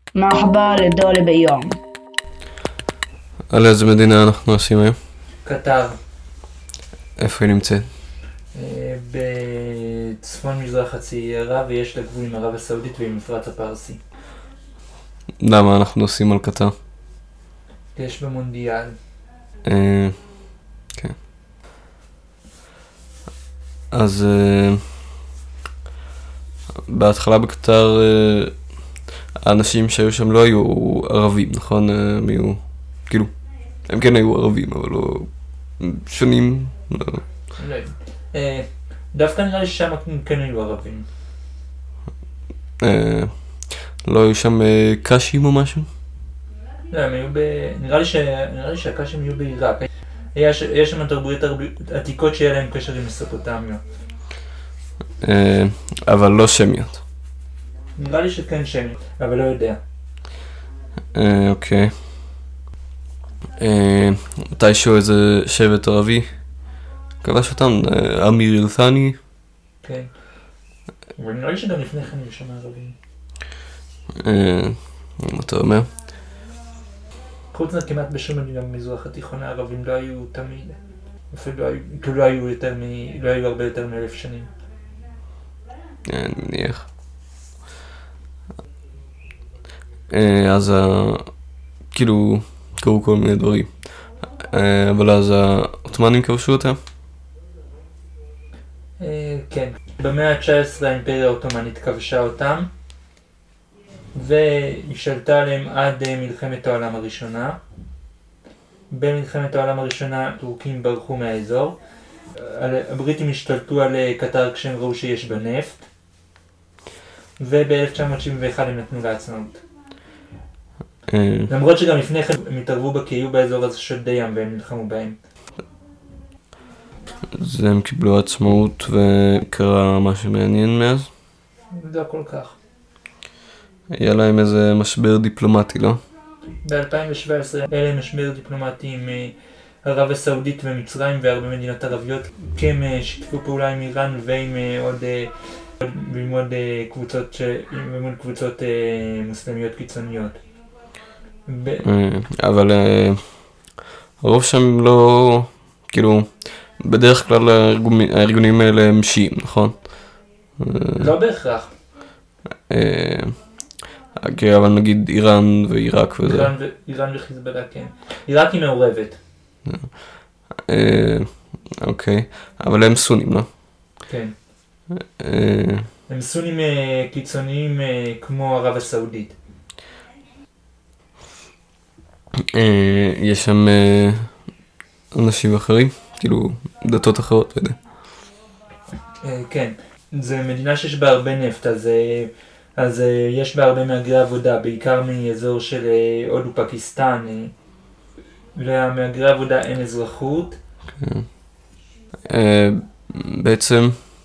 مرحبا لدولة ביום. על איזה מדינה אנחנו עושים היום? קטר, איפה היא נמצאת? בצפון מזרח הצעירה, ויש לה גבול עם ערב הסעודית ועם מפרץ הפרסי. למה אנחנו עושים על קטר? יש במונדיאל. כן. אז בהתחלה בקטר האנשים שהיו שם לא היו ערבים, נכון? הם היו, כאילו, הם כן היו ערבים, אבל לא שונים. לא. לא יודע. דווקא נראה לי ששם כן היו ערבים. לא היו שם קשים או משהו? לא, הם היו נראה לי שהקשים היו בעיראק. יש שם תרבויות עתיקות שהיה להם קשר עם מסופוטמיה. אבל לא שמיות. נראה לי שכן שמי, אבל לא יודע. אוקיי. מתישהו איזה שבט ערבי כבש אותם, אמיר אלת'אני. כן. אבל נראה לי שגם לפני כן היו שם ערבים. מה אתה אומר? חוץ מזה כמעט בשום מדינה במזרח התיכון הערבים לא היו תמיד. אפילו לא היו הרבה יותר מ1,000 שנים. אני מניח. אז כאילו קרו כל מיני דברים. אבל אז העות'מאנים כבשו אותם? כן. במאה ה-19 האימפריה העות'מאנית כבשה אותם, והיא שלטה עליהם עד מלחמת העולם הראשונה. במלחמת העולם הראשונה הטורקים ברחו מהאזור. הבריטים השתלטו על קטר כשהם ראו שיש בה נפט, וב-1971 הם נתנו לעצמאות. למרות שגם לפני כן הם התערבו בה כי היו באזור הזה שדי ים והם נלחמו בהם. אז הם קיבלו עצמאות וקרה משהו מעניין מאז? לא כל כך. היה להם איזה משבר דיפלומטי, לא? ב-2017 היה להם משבר דיפלומטי עם ערב הסעודית ומצרים והרבה מדינות ערביות, כי הם שיתפו פעולה עם איראן ועם עוד קבוצות מוסלמיות קיצוניות. אבל הרוב שם לא, כאילו, בדרך כלל הארגונים האלה הם שיעים, נכון? לא בהכרח. אבל נגיד איראן ועיראק וזה. איראן וחיזבאללה, כן. עיראק היא מעורבת. אוקיי, אבל הם סונים, לא? כן. הם סונים קיצוניים כמו ערב הסעודית. יש שם אנשים אחרים, כאילו דתות אחרות, לא יודע. כן, זו מדינה שיש בה הרבה נפט, אז יש בה הרבה מהגרי עבודה, בעיקר מאזור של הודו פקיסטן. למהגרי עבודה אין אזרחות. בעצם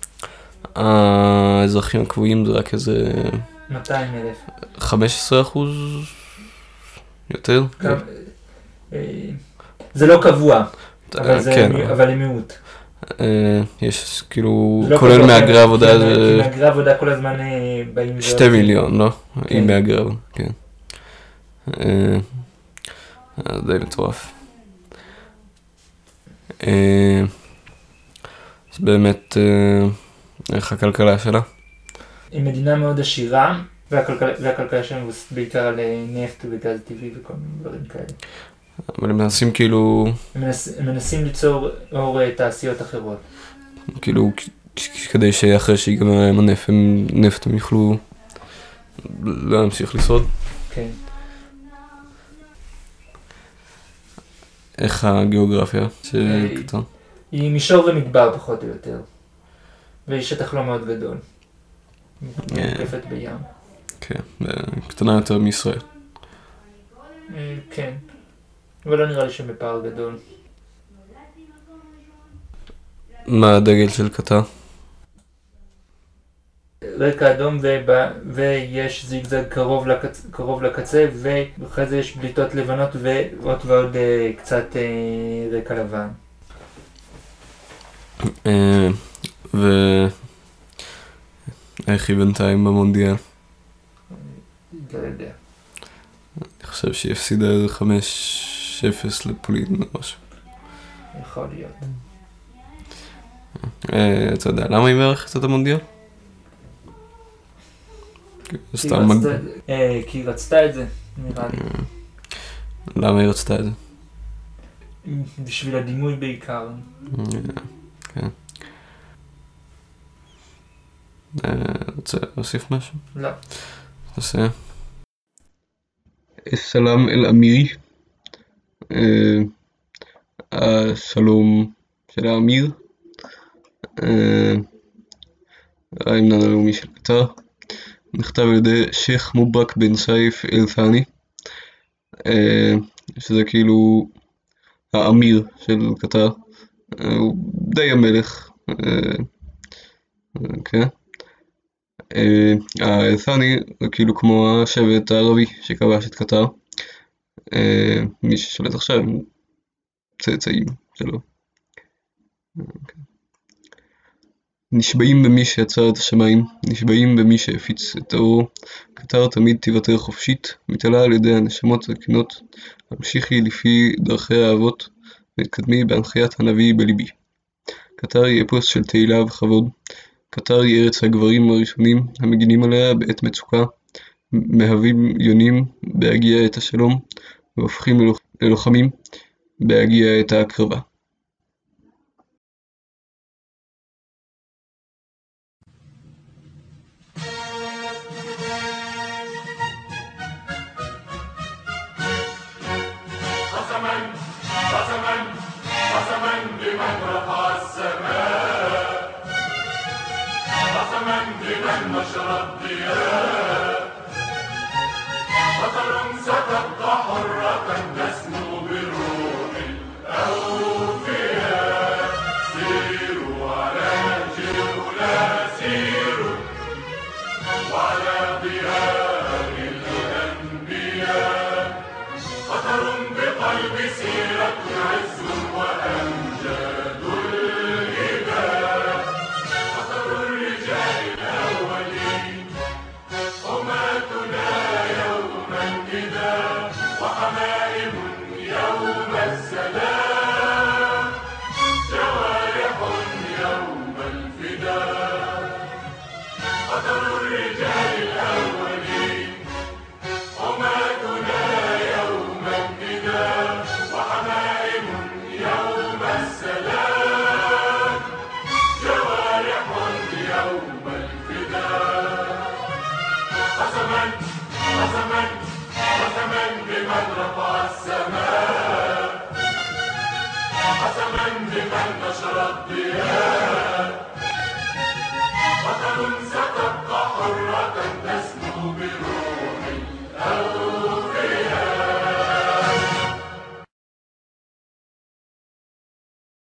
האזרחים הקבועים זה רק איזה 200,000. 15% יותר? זה לא קבוע, אבל הם מיעוט. יש כאילו, כולל מהגרי עבודה, כי מהגרי עבודה כל הזמן באים... 2 מיליון, לא? עם מהגרי עבודה, כן. זה די מטורף. אז באמת, איך הכלכלה שלה? היא מדינה מאוד עשירה, והכלכלה שלנו מבוססת בעיקר על נפט וגז טבעי וכל מיני דברים כאלה. אבל הם מנסים כאילו... הם מנסים ליצור תעשיות אחרות. כאילו, כדי שאחרי שיגמר להם הנפט הם יוכלו להמשיך לשרוד. כן. איך הגיאוגרפיה של קטר? היא מישור ומדבר פחות או יותר. והיא שטח לא מאוד גדול. מוקפת בים. כן, קטנה יותר מישראל. כן. אבל לא נראה לי שבפער גדול. מה הדגל של קטר? רקע אדום ויש זיגזג קרוב לקצה, ואחרי זה יש בליטות לבנות ועוד קצת רקע לבן. ואיך היא בינתיים במונדיאל? לא יודע. חושב שהיא הפסידה 5-0 לפולין או משהו. יכול להיות. אתה יודע, למה היא מארחת את המונדיאל? כי היא רצתה את זה, נראה לי. למה היא רצתה את זה? בשביל הדימוי בעיקר. כן. רוצה להוסיף משהו? לא. נעשה. סלאם אל אמירי. השלום של האמיר. ההמנון הלאומי של קטר. נכתב על ידי שייח מוברק בן סייף אל ת'אני. שזה כאילו האמיר של קטר. הוא די המלך. כן. האל-ת'אני זה כאילו כמו השבט הערבי שכבש את קטר. מי ששולט עכשיו הם צאצאים שלו. נשבעים במי שיצר את השמיים, נשבעים במי שהפיץ את האור. קטר תמיד תיוותר חופשית, מתעלה על ידי הנשמות הקינות. המשיכי לפי דרכי האבות, והתקדמי בהנחיית הנביא בליבי. קטר היא אפוס של תהילה וכבוד. קטר היא ארץ הגברים הראשונים המגינים עליה בעת מצוקה, מהווים יונים בהגיע את השלום, והופכים ללוחמים בהגיע את ההקרבה. قسما بمن نشر الضياء